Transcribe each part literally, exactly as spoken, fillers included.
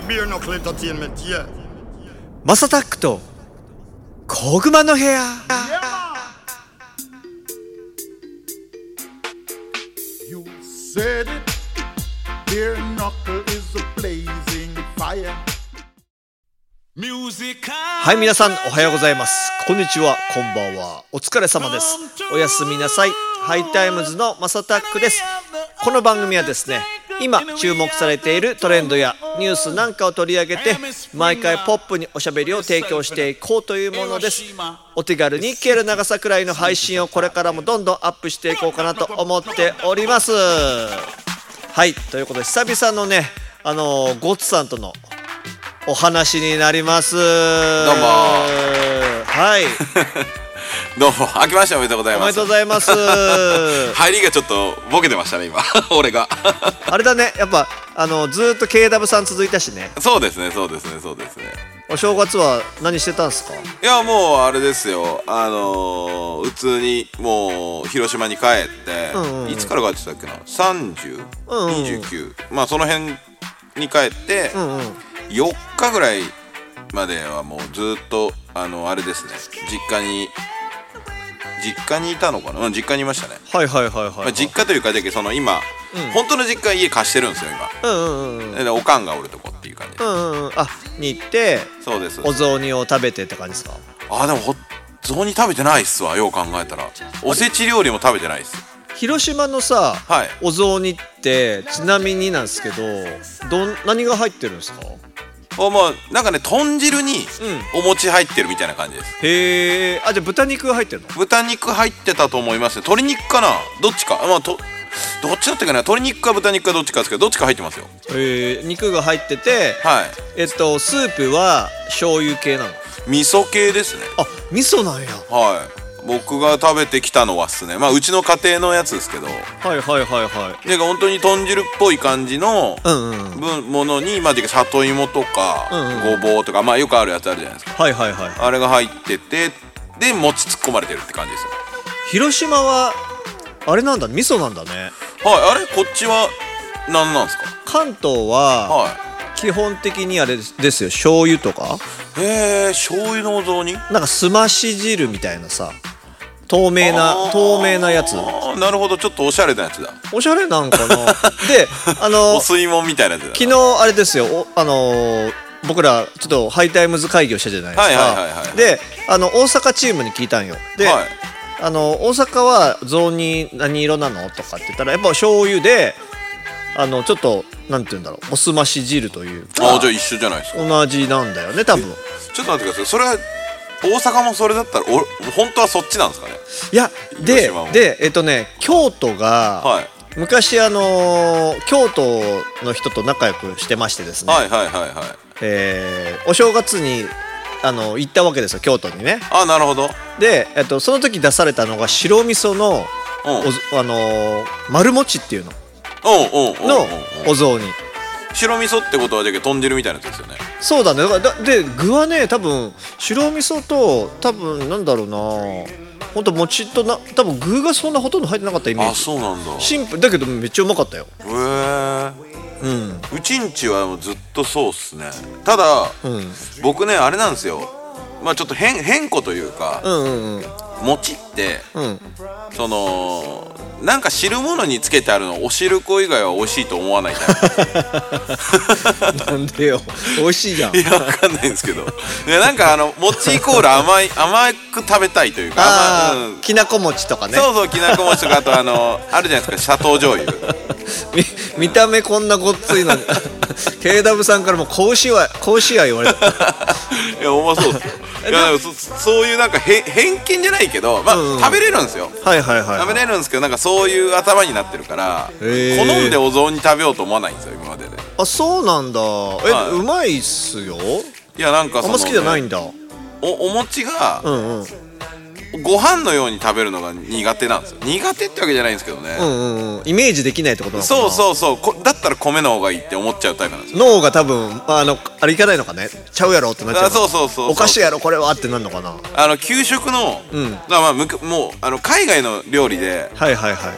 beer knuckle entertainment, yeah. マサタックと小熊の部屋。 You said it. Beer knuckle is a blazing fire. はい、皆さんおはようございます。こんにちは、こんばんは。お疲れ様です。おやすみなさい。ハイタイムズのマサタックです。この番組はですね、今注目されているトレンドやニュースなんかを取り上げて、毎回ポップにおしゃべりを提供していこうというものです。お手軽に聞ける長さくらいの配信をこれからもどんどんアップしていこうかなと思っております。はい、ということで久々のね、あのー、ゴッツさんとのお話になります。どうもはいどうも明けましておめでとうございます。 おめでとうございます入りがちょっとボケてましたね今俺があれだね、やっぱあのずーっと ケーダブ さん続いたしね。 そうですねそうですねそうですね。 お正月は何してたんですか？ いやもうあれですよ、あのー、普通にもう広島に帰って、うんうんうん、いつから帰ってたっけな、さんじゅう、うんうん、にじゅうきゅう、まあその辺に帰って、うんうん、よっかぐらいまではもうずっとあのあれですね、実家に実家にいたのかな、うん、実家にいましたね。 はいはいはいはい、はい、 まあ、実家というかだけその今、うん、本当の実家家貸してるんですよ今。うんうんうん、でおかんがおるとこっていう感じで、 うんうん、あに行って、そうです、お雑煮を食べてって感じですか？ あでもお雑煮食べてないっすわ、よう考えたら。おせち料理も食べてないっす。 広島のさ、はい、お雑煮ってちなみになんですけど、どん何が入ってるんですか？ あ、まあなんかね、豚汁にお餅入ってるみたいな感じです。 うん、へえ。あ、じゃあ豚肉が入ってるの？ 豚肉入ってたと思いますね。鶏肉かな、どっちか、まあとどっちだったかな、鶏肉か豚肉かどっちかですけど、どっちか入ってますよ。 へえ。肉が入ってて、はい、えっとスープは醤油系なの？ 味噌系ですね。 あ、味噌なんや。 はい。僕が食べてきたのはっすね、まあうちの家庭のやつですけど、はいはいはいはい。 で本当に豚汁っぽい感じのものに、まあ里芋とか、うんうん、ごぼうとか、まあよくあるやつあるじゃないですか。はいはいはい。あれが入ってて、で餅突っ込まれてるって感じですよ。 広島はあれなんだ、味噌なんだね。 はい。あれこっちは何なんですか？ 関東は、はい、基本的にあれですよ、醤油とか。 へえ、醤油のお雑煮？ なんかすまし汁みたいなさ、透明な透明なやつ。 なるほど、ちょっとおしゃれなやつだ。 おしゃれなんかなで、あのお吸い物みたいなやつだ。 昨日あれですよ、あの僕らちょっとハイタイムズ会議をしたじゃないですか。はいはいはいはい。で、あの大阪チームに聞いたんよ。で、はい、あの大阪は雑煮何色なのとかって言ったら、やっぱ醤油で、あのちょっとなんて言うんだろう、おすまし汁というか。 あ、じゃあ一緒じゃないですか。 同じなんだよね多分。 ちょっと待ってください、それは大阪もそれだったらお本当はそっちなんですかね？ いや、ででえっとね、京都が、はい、昔あのー、京都の人と仲良くしてましてですね、はいはいはいはい、えー、お正月にあの行ったわけですよ、京都にね。 あ、なるほど。 で、えっと、その時出されたのが白味噌の、うん、あのー、丸餅っていうののお雑煮。 白味噌ってことはじゃけ豚汁みたいなやつですよね。 そうだね。だからで具はね、多分白味噌と多分なんだろうな、ほんと餅とな、多分具がそんなほとんど入ってなかったイメージ。 あ、そうなんだ。 シンプルだけどめっちゃうまかったよ。へえ。うん。うちんちはもうずっとそうっすね。ただ、うん、僕ねあれなんですよ。まあちょっと変変更というか、うんうんうん、餅って、うん、そのなんか汁物につけてあるのお汁粉以外は美味しいと思わないタイプ。 なんでよ、美味しいじゃん。 いや、わかんないんですけど、いやなんかあの餅イコール甘い甘く食べたいというか、 あ、うん、きなこ餅とかね。 そうそう、きなこ餅とか、あとあのあるじゃないですか、シャトー醤油。 み見た目こんなごっついのにケーダブ さんからも子牛は子牛は言われた。 いや、うまそうっすよ。いや、そ, そういうなんかへ偏見じゃないけど、まあ、うんうん、食べれるんですよ。はいはいはい、はい、食べれるんですけど、なんかそういう頭になってるから、好んでお雑煮食べようと思わないんですよ今までで。 あ、そうなんだ。え、はい、うまいっすよ。 いや、なんかその、ね、 あんま好きじゃないんだ。 お, お餅が、うんうん、ご飯のように食べるのが苦手なんですよ。苦手ってわけじゃないんですけどね、うんうんうん、 イメージできないってことなのかな。 そうそうそう、こだったら米の方がいいって思っちゃうタイプなんですよ。 脳が多分あのあれいかないのかね、ちゃうやろってなっちゃう。あ、 そうそうそうそう、 お菓子やろこれはってなるのかな。 あの給食の、うん、まあ、もうあの海外の料理で、はいはいはい、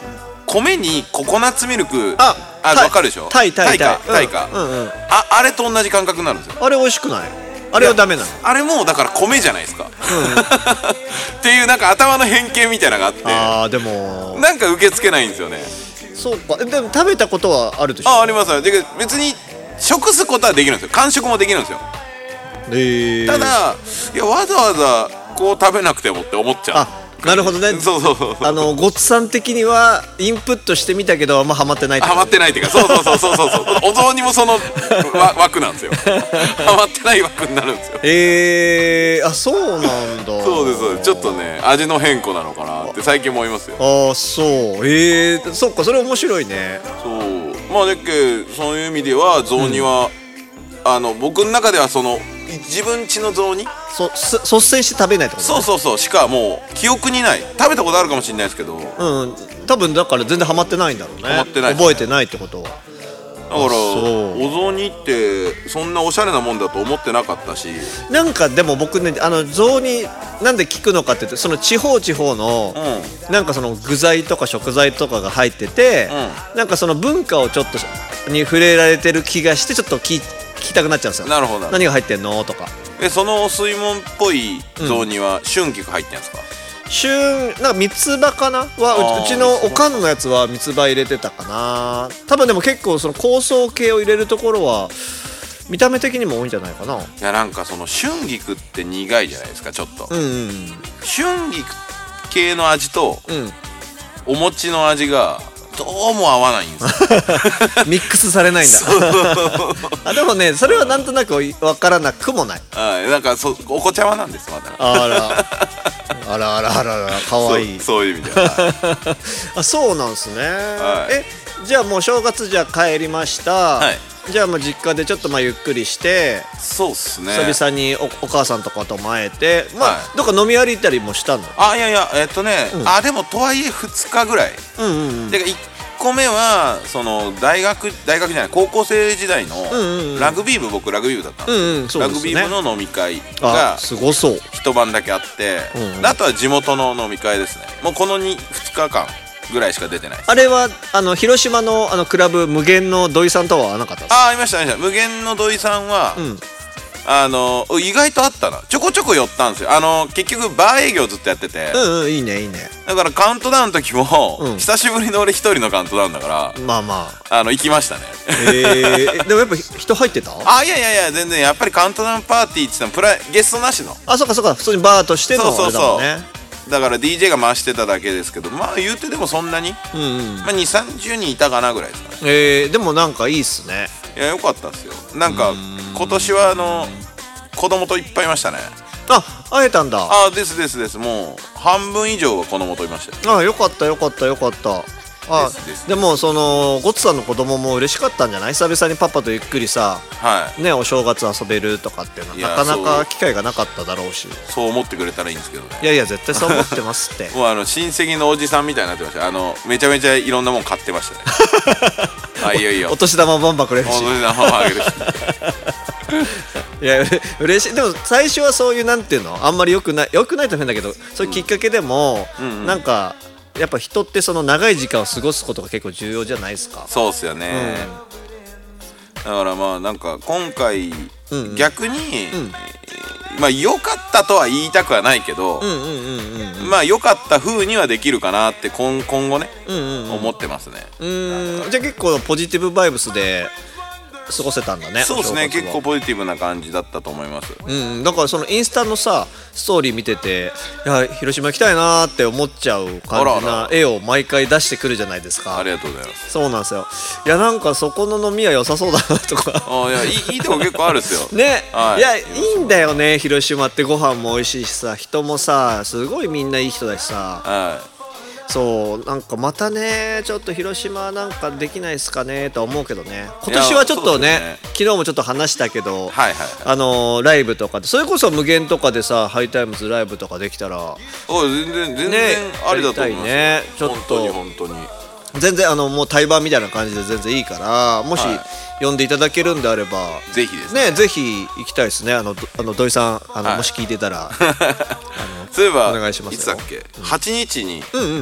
米にココナッツミルク、 ああ分かるでしょ。 タイタイタイタイか、 うんうんうん、 ああれと同じ感覚になるんですよ。 あれ美味しくない？あれはダメなの？ あれもだから米じゃないですか、うん、っていうなんか頭の偏見みたいなのがあって、 あーでもなんか受け付けないんですよね。 そうか。でも食べたことはあるでしょ？ あありますよ。で別に食すことはできるんですよ。完食もできるんですよ。 えー、 ただいやわざわざこう食べなくてもって思っちゃう。 あなるほどね。 そうそうそう。 あのごっつさん的にはインプットしてみたけどあんまハマってないってハマってないっていうか、そうそうそうそうそうそうお雑煮もその枠なんですよ。ハマってない枠になるんですよ。 えー、あそうなんだ。 そうですそうです。ちょっとね味の変更なのかなって最近思いますよ。 ああそう。えー、そっかそれ面白いね。 そうまあだっけそういう意味では雑煮は、うん、あの僕の中ではその自分家の雑煮そす率先して食べないってことね。 そうそうそうしかもう記憶にない。食べたことあるかもしれないですけど、 うん多分だから全然ハマってないんだろうね。 ハマってない、ね、 覚えてないってことは。だからお雑煮ってそんなおしゃれなもんだと思ってなかったし、 なんかでも僕ねあの雑煮なんで聞くのかって言ってその地方地方の、うん、なんかその具材とか食材とかが入ってて、うん、なんかその文化をちょっとに触れられてる気がしてちょっと聞聞きたくなっちゃうんですよ。 なるほど。 何が入ってんのとか。 えそのお吸い物っぽい雑煮は春菊入ってんですか？ 春なんか三つ葉かなは う, うちのおかんのやつは三つ葉入れてたかな。多分でも結構その香草系を入れるところは見た目的にも多いんじゃないかな。いやなんかその春菊って苦いじゃないですかちょっと、うんうん、春菊系の味と、うん、お餅の味がどうも合わないんですよ。 ミックスされないんだ。あでもねそれはなんとなく分からなくもない。 はいなんかそお子ちゃまなんですまだ。 あらあらあらあらあらかわいい。 そ, そういう意味では、はい、 あそうなんですね、はい、えじゃあもう正月じゃ帰りました、はい、じゃあもう実家でちょっとまあゆっくりしてそうっすね久々に お, お母さんとかとも会えてまあ、はい、どっか飲み歩いたりもしたの？ あいやいやえっとね、うん、あでもとはいえふつかぐらい、うんうんうん、でいっこめはその大学大学じゃない高校生時代のラグビー部、僕ラグビー部だったんですよ、うんうんそうですね、ラグビー部の飲み会がすごそう一晩だけあって、うんうん、あとは地元の飲み会ですね。もうこのにふつかかんぐらいしか出てないです。 あれはあの広島のあのクラブ無限の土井さんとは会わなかったんですか？ ああいましたいました。無限の土井さんは、うん、あの意外とあったな。ちょこちょこ寄ったんですよ。あの結局バー営業ずっとやってて、 うんうんいいねいいね。 だからカウントダウンの時も、うん、久しぶりの俺一人のカウントダウンだからまあまああの行きましたね。 えー、でもやっぱ人入ってた？ あいやいやいや全然やっぱりカウントダウンパーティーって言ってもプラゲストなしの。 あそうかそうか普通にバーとしてのあれだもんね。 そうそうそうだから ディージェー が回してただけですけどまあ言うてでもそんなに、うんうんまあ、にじゅうさんじゅうにんいたかなぐらいですかね。 えー、でもなんかいいっすね。 いやよかったっすよ。なんか今年はあの子供といっぱいいましたね。 あ会えたんだ。 あですですですもう半分以上は子供といましたよ。 あよかったよかったよかった。あですですでもそのゴッツさんの子供も嬉しかったんじゃない？久々にパパとゆっくりさ、はいね、お正月遊べるとかっていうのはなかなか機会がなかっただろうし。 そう思ってくれたらいいんですけどね。 いやいや絶対そう思ってますってもうあの親戚のおじさんみたいになってました。あのめちゃめちゃいろんなもん買ってましたね。あいいよいいよお年玉バンバンくれるしお年玉あげるしいやうれしい。でも最初はそういうなんていうのあんまりよくないよくないと変だけどそういうきっかけでも、うんうんうん、なんかやっぱ人ってその長い時間を過ごすことが結構重要じゃないですか。 そうっすよね、うん、だからまあなんか今回、うんうん、逆に、うんまあ良かったとは言いたくはないけどまあ良かった風にはできるかなって今, 今後ね、うんうんうん、思ってますね。 うんじゃあ結構ポジティブバイブスで過ごせたんだね。 そうですね結構ポジティブな感じだったと思います、 うん、だからそのインスタのさストーリー見てていや広島行きたいなって思っちゃう感じな絵を毎回出してくるじゃないですか。 ありがとうございます。 そうなんですよ。いやなんかそこの飲み屋良さそうだなとかあいやいい、いいとこ結構あるっすよね、はい、いやいいんだよね広島ってご飯も美味しいしさ人もさすごいみんないい人だしさ、はいそうなんかまたねちょっと広島なんかできないですかねとは思うけどね。今年はちょっと ね, ね昨日もちょっと話したけど、はいはいはい、あのー、ライブとかでそれこそ無限とかでさハイタイムズライブとかできたらお全然全然ありだと思います、 ね、ちょっと本当に本当に全然あのもう対バンみたいな感じで全然いいからもし、はい、呼んでいただけるんであればぜひですねねぜひ行きたいですね。あのあの土井さんあの、はい、もし聞いてたらあのそういえばお願いしますよ。 いつだっけ、うん、はちにちに、うんうん、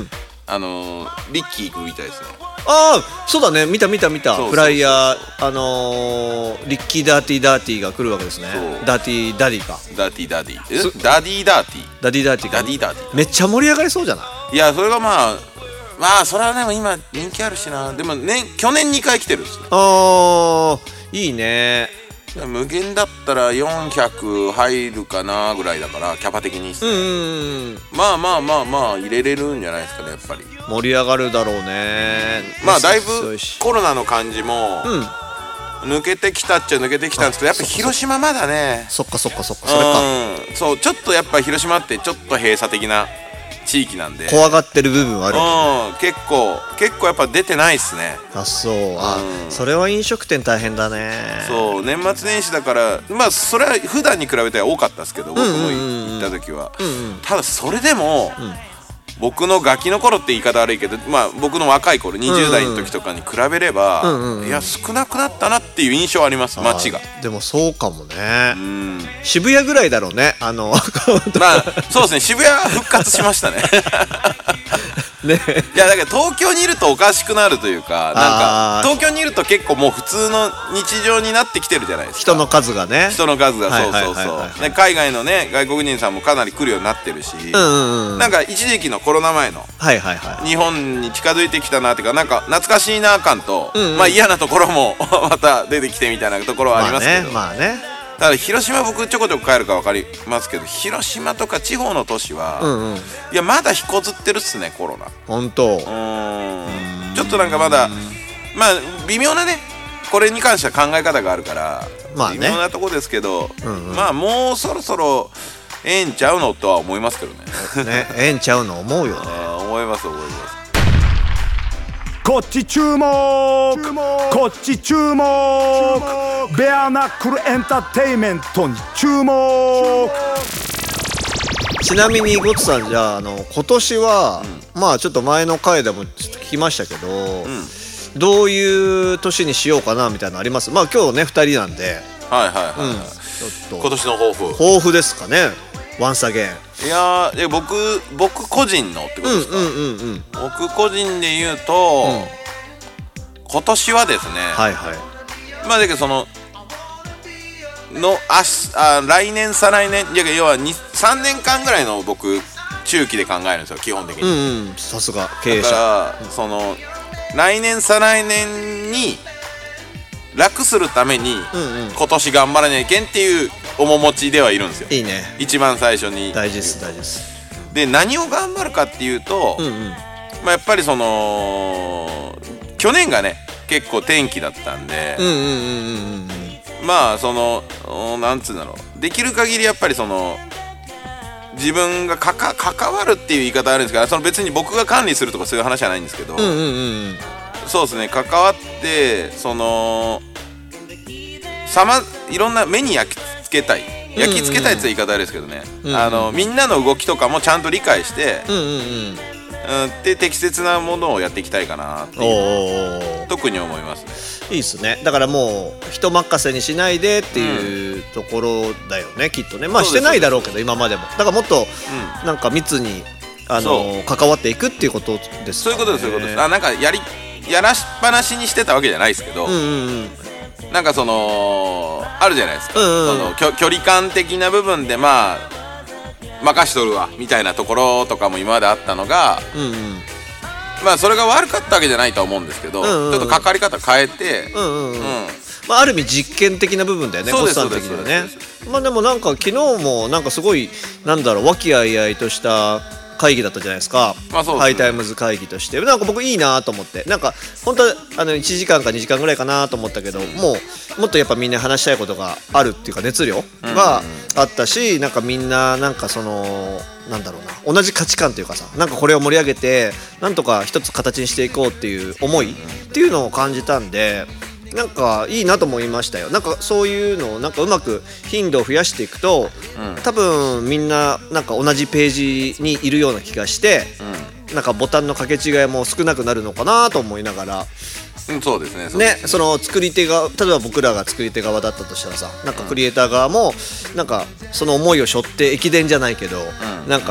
あのー、リッキー君みたいですね。 ああそうだね、見た見た見た。 そうそうそうそうフライヤー、あのー、リッキーダーティーダーティーが来るわけですね。ダーティーダディかダーティーダディえダディダーティーダディダーティーかダディダディめっちゃ盛り上がりそうじゃない。 いやそれがまあまあそれはでも今人気あるしな。でもね去年にかい来てるんですよ。 ああいいね。 無限だったらよんひゃく入るかなぐらいだからキャパ的に、 うんうんまあまあまあまあ入れれるんじゃないですかねやっぱり。 盛り上がるだろうね。 まあだいぶ強いしコロナの感じも抜けてきたっちゃ抜けてきたんですけど、やっぱ広島まだね。 そっかそっかそっかそれか。 うんそうちょっとやっぱ広島ってちょっと閉鎖的な地域なんで怖がってる部分はある、 うん結構結構やっぱ出てないっすね。 あそうあ、 うんそれは飲食店大変だね。 そう年末年始だからまあそれは普段に比べては多かったですけど僕も行った時は、 うんうん、 ただそれでも、 うん僕のガキの頃って言い方悪いけど、まあ、僕の若い頃にじゅう代の時とかに比べれば、うんうんうん、いや少なくなったなっていう印象あります街が。 でもそうかもね、 うん、 渋谷ぐらいだろうねあのまあそうですね渋谷復活しましたねねいやだけど東京にいるとおかしくなるというかなんか東京にいると結構もう普通の日常になってきてるじゃないですか。 人の数がね人の数がそうそうそうで海外のね外国人さんもかなり来るようになってるし、うんうんうん、なんか一時期のコロナ前の日本に近づいてきたなっていうかなんか懐かしいな感と、うんうん、まあ嫌なところもまた出てきてみたいなところはありますけど、 まあねまあねだから広島僕ちょこちょこ帰るか分かりますけど広島とか地方の都市は、うんうん、いやまだ引こずってるっすねコロナ。 本当。 うーんちょっとなんかまだまあ微妙なねこれに関しては考え方があるから、まあね、微妙なとこですけど、うんうん、まあもうそろそろええんちゃうのとは思いますけどね。 ねええんちゃうの思うよね。 思います思います。 こっち注目こっち注目ベアナックルエンターテイメントに注目。 ちなみにゴッツさんじゃあ、あの今年は、うん、まあちょっと前の回でもちょっと聞きましたけど、うん、どういう年にしようかなみたいなのあります？まあ今日ねふたりなんではいはいはい、はいうん、ちょっと今年の抱負抱負ですかね。ワンサゲン。 いやー僕僕個人のってことですか？うんうんうんうん、僕個人で言うと、うん、今年はですねはいはいまあだけどそののあしあ来年再来年いや要はさんねんかんぐらいの僕中期で考えるんですよ基本的に。 うんうんさすが経営者。 だから、うん、その来年再来年に楽するために、うんうん、今年頑張らなきゃいけんっていう面持ちではいるんですよ。 いいね。 一番最初に大事です大事です。 で何を頑張るかっていうと、うんうん、まあやっぱりその去年がね結構転機だったんで、うんうんうんうん、まあそのなんつうんだろうできる限りやっぱりその自分がかか関わるっていう言い方あるんですからその別に僕が管理するとかそういう話じゃないんですけど、うんうんうん、そうですね関わってそのさまいろんな目に焼き付けたい焼き付けたいって言い方あれですけどね、うんうん、あのみんなの動きとかもちゃんと理解して、うんうんうんうん、で適切なものをやっていきたいかなっていう特に思いますね。 いいっすね。だからもう人任せにしないでっていうところだよね、うん、きっとね。まあしてないだろうけど今までもだからもっとなんか密にあの関わっていくっていうことですかね。 そういうことですそういうことです。あなんかやりやらしっぱなしにしてたわけじゃないですけど、うんうんうんなんかそのあるじゃないですか、うんうん、その距離感的な部分でまあ任しとるわみたいなところとかも今まであったのが、うんうん、まあそれが悪かったわけじゃないとは思うんですけど、うんうん、ちょっと関わり方変えて、うんうんうんまあ、ある意味実験的な部分だよね。コスタン的にはね。まあでもなんか昨日もなんかすごいなんだろう和気あいあいとした会議だったじゃないですか、まあそうですね、ハイタイムズ会議としてなんか僕いいなと思ってなんか本当はあのいちじかんかにじかんぐらいかなと思ったけど、うん、もうもっとやっぱみんな話したいことがあるっていうか熱量があったし、なんかみんななんかそのなんだろうな同じ価値観というかさなんかこれを盛り上げてなんとか一つ形にしていこうっていう思いっていうのを感じたんでなんかいいなと思いましたよ。なんかそういうのをなんかうまく頻度を増やしていくと、うん、多分みんななんか同じページにいるような気がして、うん、なんかボタンの掛け違いも少なくなるのかなと思いながら、 うん、そうですね。 ね、その作り手が例えば僕らが作り手側だったとしたらさなんかクリエイター側もなんかその思いを背負って駅伝じゃないけど、うん、なんか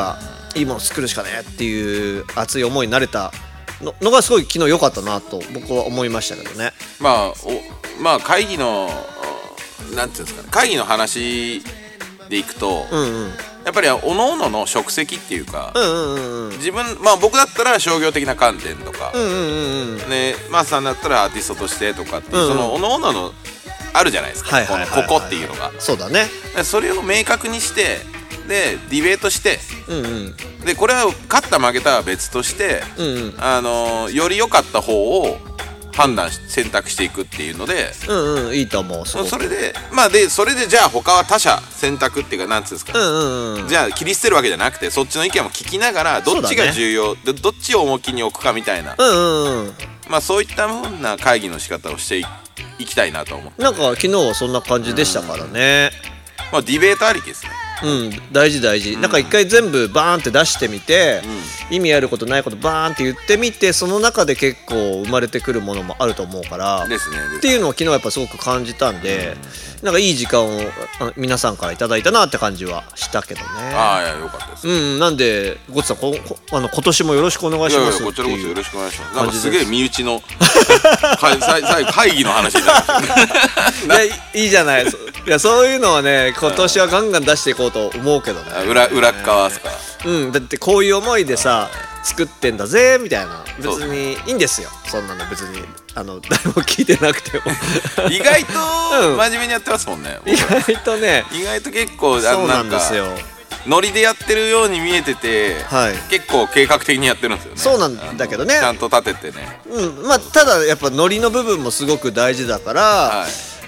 いいもの作るしかねっていう熱い思いになれた の, のがすごい昨日良かったなと僕は思いましたけどね。 まあおまあ会議のなんていうんですかね、会議の話でいくと、うんうん、やっぱり各々の職責っていうか、うんうんうん、自分まあ僕だったら商業的な観点とか、うんうんうんうん、ね、マースさんだったらアーティストとしてとかっていう、うんうん、その各々のあるじゃないですか、はいはいはいはい、ここっていうのが。 そうだね。 それを明確にしてでディベートして、うんうん、でこれは勝った負けたは別として、うんうん、あのより良かった方を判断し選択していくっていうので、 うんうん、いいと思う。 それでまあでそれでじゃあ他は他者選択っていうかなんつうんですか、うんうんうん、じゃあ切り捨てるわけじゃなくてそっちの意見も聞きながらどっちが重要、ね、どっちを重きに置くかみたいな、うんうんうん、まあそういったふうな会議の仕方をしていきたいなと思って。 なんか昨日はそんな感じでしたからね、 うん、まあディベートありきですね。 うん、大事大事、うん、なんか一回全部バーンって出してみて、うん、意味あることないことバーンって言ってみてその中で結構生まれてくるものもあると思うからですね、 っていうのを昨日やっぱすごく感じたんで、うん、なんかいい時間を皆さんからいただいたなって感じはしたけどね。 ああ、いや、よかったです、ね、 うん、なんでゴッツさんここあの今年もよろしくお願いしますっていう。いやいや、 こちらこそよろしくお願いします。なんかすげえ身内の会議の話になりましたいや、いいじゃない。いや、そういうのはね今年はガンガン出していこうと思うけどね。 裏裏側ですか。 うん、だってこういう思いでさ作ってんだぜみたいな、別にいいんですよそんなの。別にあの誰も聞いてなくても意外と真面目にやってますもんね、 うん、意外とね意外と結構あのなんかノリでやってるように見えてて、はい、結構計画的にやってるんですよね。 そうなんだけどね、 ちゃんと立ててね、 うん、まあただやっぱノリの部分もすごく大事だから、はい、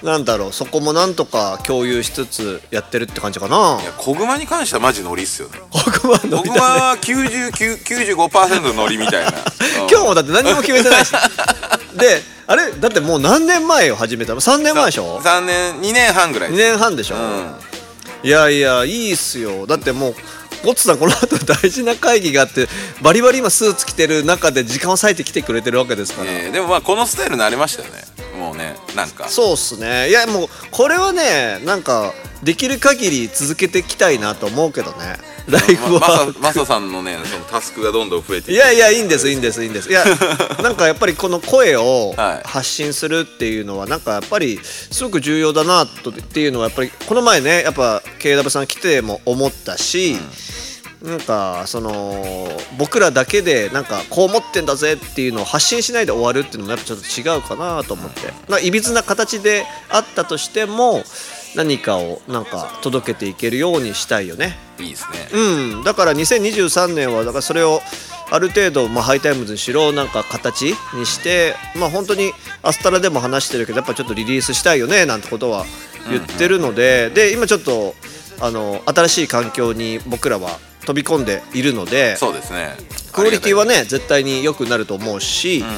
なんだろう、そこもなんとか共有しつつやってるって感じかな。いや、 小熊に関してはマジノリっすよね。 小熊ノリだね。 小熊はきゅうじゅうきゅう、きゅうじゅうごパーセント ノリみたいな今日もだって何も決めてないしで、あれだってもう何年前よ始めたの。さんねんまえでしょ。 さんねんにねんはんぐらいです。 にねんはんでしょ、うん、いやいや、いいっすよ。だってもうゴッツさんこの後大事な会議があってバリバリ今スーツ着てる中で時間を割いて来てくれてるわけですから、 えー、でもまあこのスタイルになりましたよね。もうね、なんかそうっすね。いや、もうこれはね、なんかできる限り続けていきたいなと思うけどね、ライフは。 マサさんのね、そのタスクがどんどん増えていく。 いやいや、いいんですいいんですいいんです。いやなんかやっぱりこの声を発信するっていうのはなんかやっぱりすごく重要だなとっていうのはやっぱりこの前ね、やっぱ ケーダブリュー さん来ても思ったし、うん、なんかその僕らだけでなんかこう思ってんだぜっていうのを発信しないで終わるっていうのもやっぱちょっと違うかなと思って、まあいびつな形であったとしても何かをなんか届けていけるようにしたいよね。 いいですね。 うん、だからにせんにじゅうさんねんはだからそれをある程度、まあ、ハイタイムズにしろなんか形にして、まあ本当にアスタラでも話してるけどやっぱちょっとリリースしたいよねなんてことは言ってるので、うんうん、で今ちょっとあの新しい環境に僕らは飛び込んでいるので、 そうですね、 クオリティはね絶対に良くなると思うし、うん、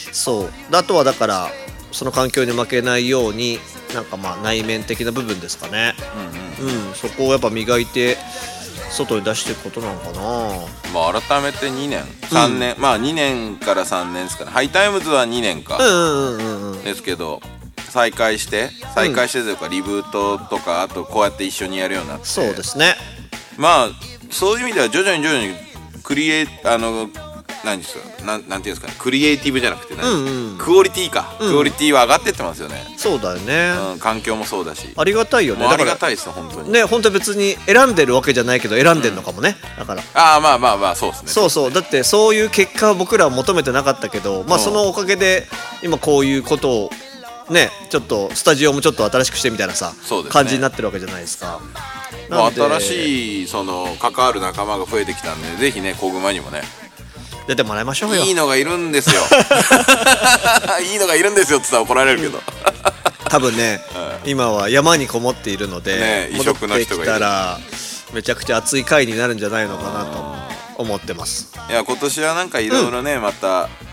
そうあとはだからその環境に負けないようになんかまあ内面的な部分ですかね、うんうんうん、そこをやっぱ磨いて外に出していくことなのかな。 まあ改めてにねんさんねん、うん、まあにねんからさんねんですかね。ハイタイムズはにねんか、うんうんうんうん、ですけど再開して再開してというか、うん、リブートとかあとこうやって一緒にやるようになって、 そうですね。 まあそういう意味では徐々に徐々にクリエイあの何ですか な, なんていうんですかね、クリエイティブじゃなくて、うんうん、クオリティか、うん、クオリティは上がってってますよね。 そうだよね、 うん、環境もそうだしありがたいよね。 ありがたいですよ本当にね。本当別に選んでるわけじゃないけど選んでるのかもね、うん、だからああまあまあまあそうですね。 そうそう、だってそういう結果は僕らは求めてなかったけど、まあそのおかげで今こういうことをね、ちょっとスタジオもちょっと新しくしてみたいなさ、ね、感じになってるわけじゃないですか。 まあ、新しいその関わる仲間が増えてきたんで、ぜひね小熊にもね出てもらいましょうよ。 いいのがいるんですよいいのがいるんですよって言ったら怒られるけど多分ね、うん、今は山にこもっているので、 ね、異色の人がいる。 戻ってきたらめちゃくちゃ熱い回になるんじゃないのかなと思ってます。 いや今年はなんかいろいろね、うん、また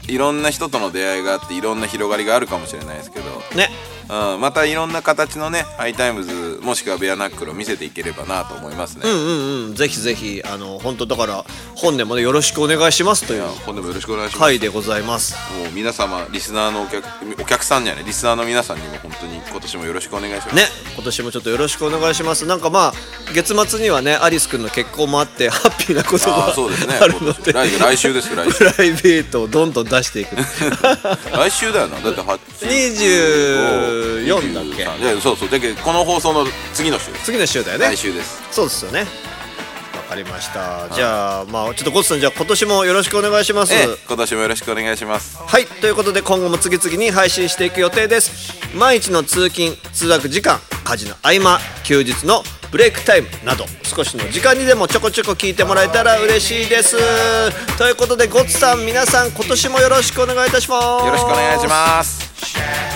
いろんな人との出会いがあっていろんな広がりがあるかもしれないですけどね、 うん、またいろんな形のねハイタイムズもしくはベアナックルを見せていければなと思いますね。 うんうんうん、ぜひぜひあの本当だから本年もねよろしくお願いしますという本年もよろしくお願いします回でございます。 もう皆様リスナーのお客お客さんじゃないリスナーの皆さんにも本当に今年もよろしくお願いしますね。今年もちょっとよろしくお願いします。なんかまあ月末にはねアリス君の結婚もあってハッピーなことがあそうですねあるので来, 来週です来週プライベートをどんどん出していく来週だよなだってにじゅうよんだっけ。 いやそうそうだけどこの放送の次の週です。 次の週だよね。 来週です。 そうですよね。わかりました。じゃあまあちょっとゴッツさんじゃあ今年もよろしくお願いします。 ええ、今年もよろしくお願いします。 はいということで今後も次々に配信していく予定です。毎日の通勤通学時間家事の合間休日のブレイクタイムなど少しの時間にでもちょこちょこ聞いてもらえたら嬉しいです。ということでゴッツさん皆さん今年もよろしくお願いいたします。 よろしくお願いします。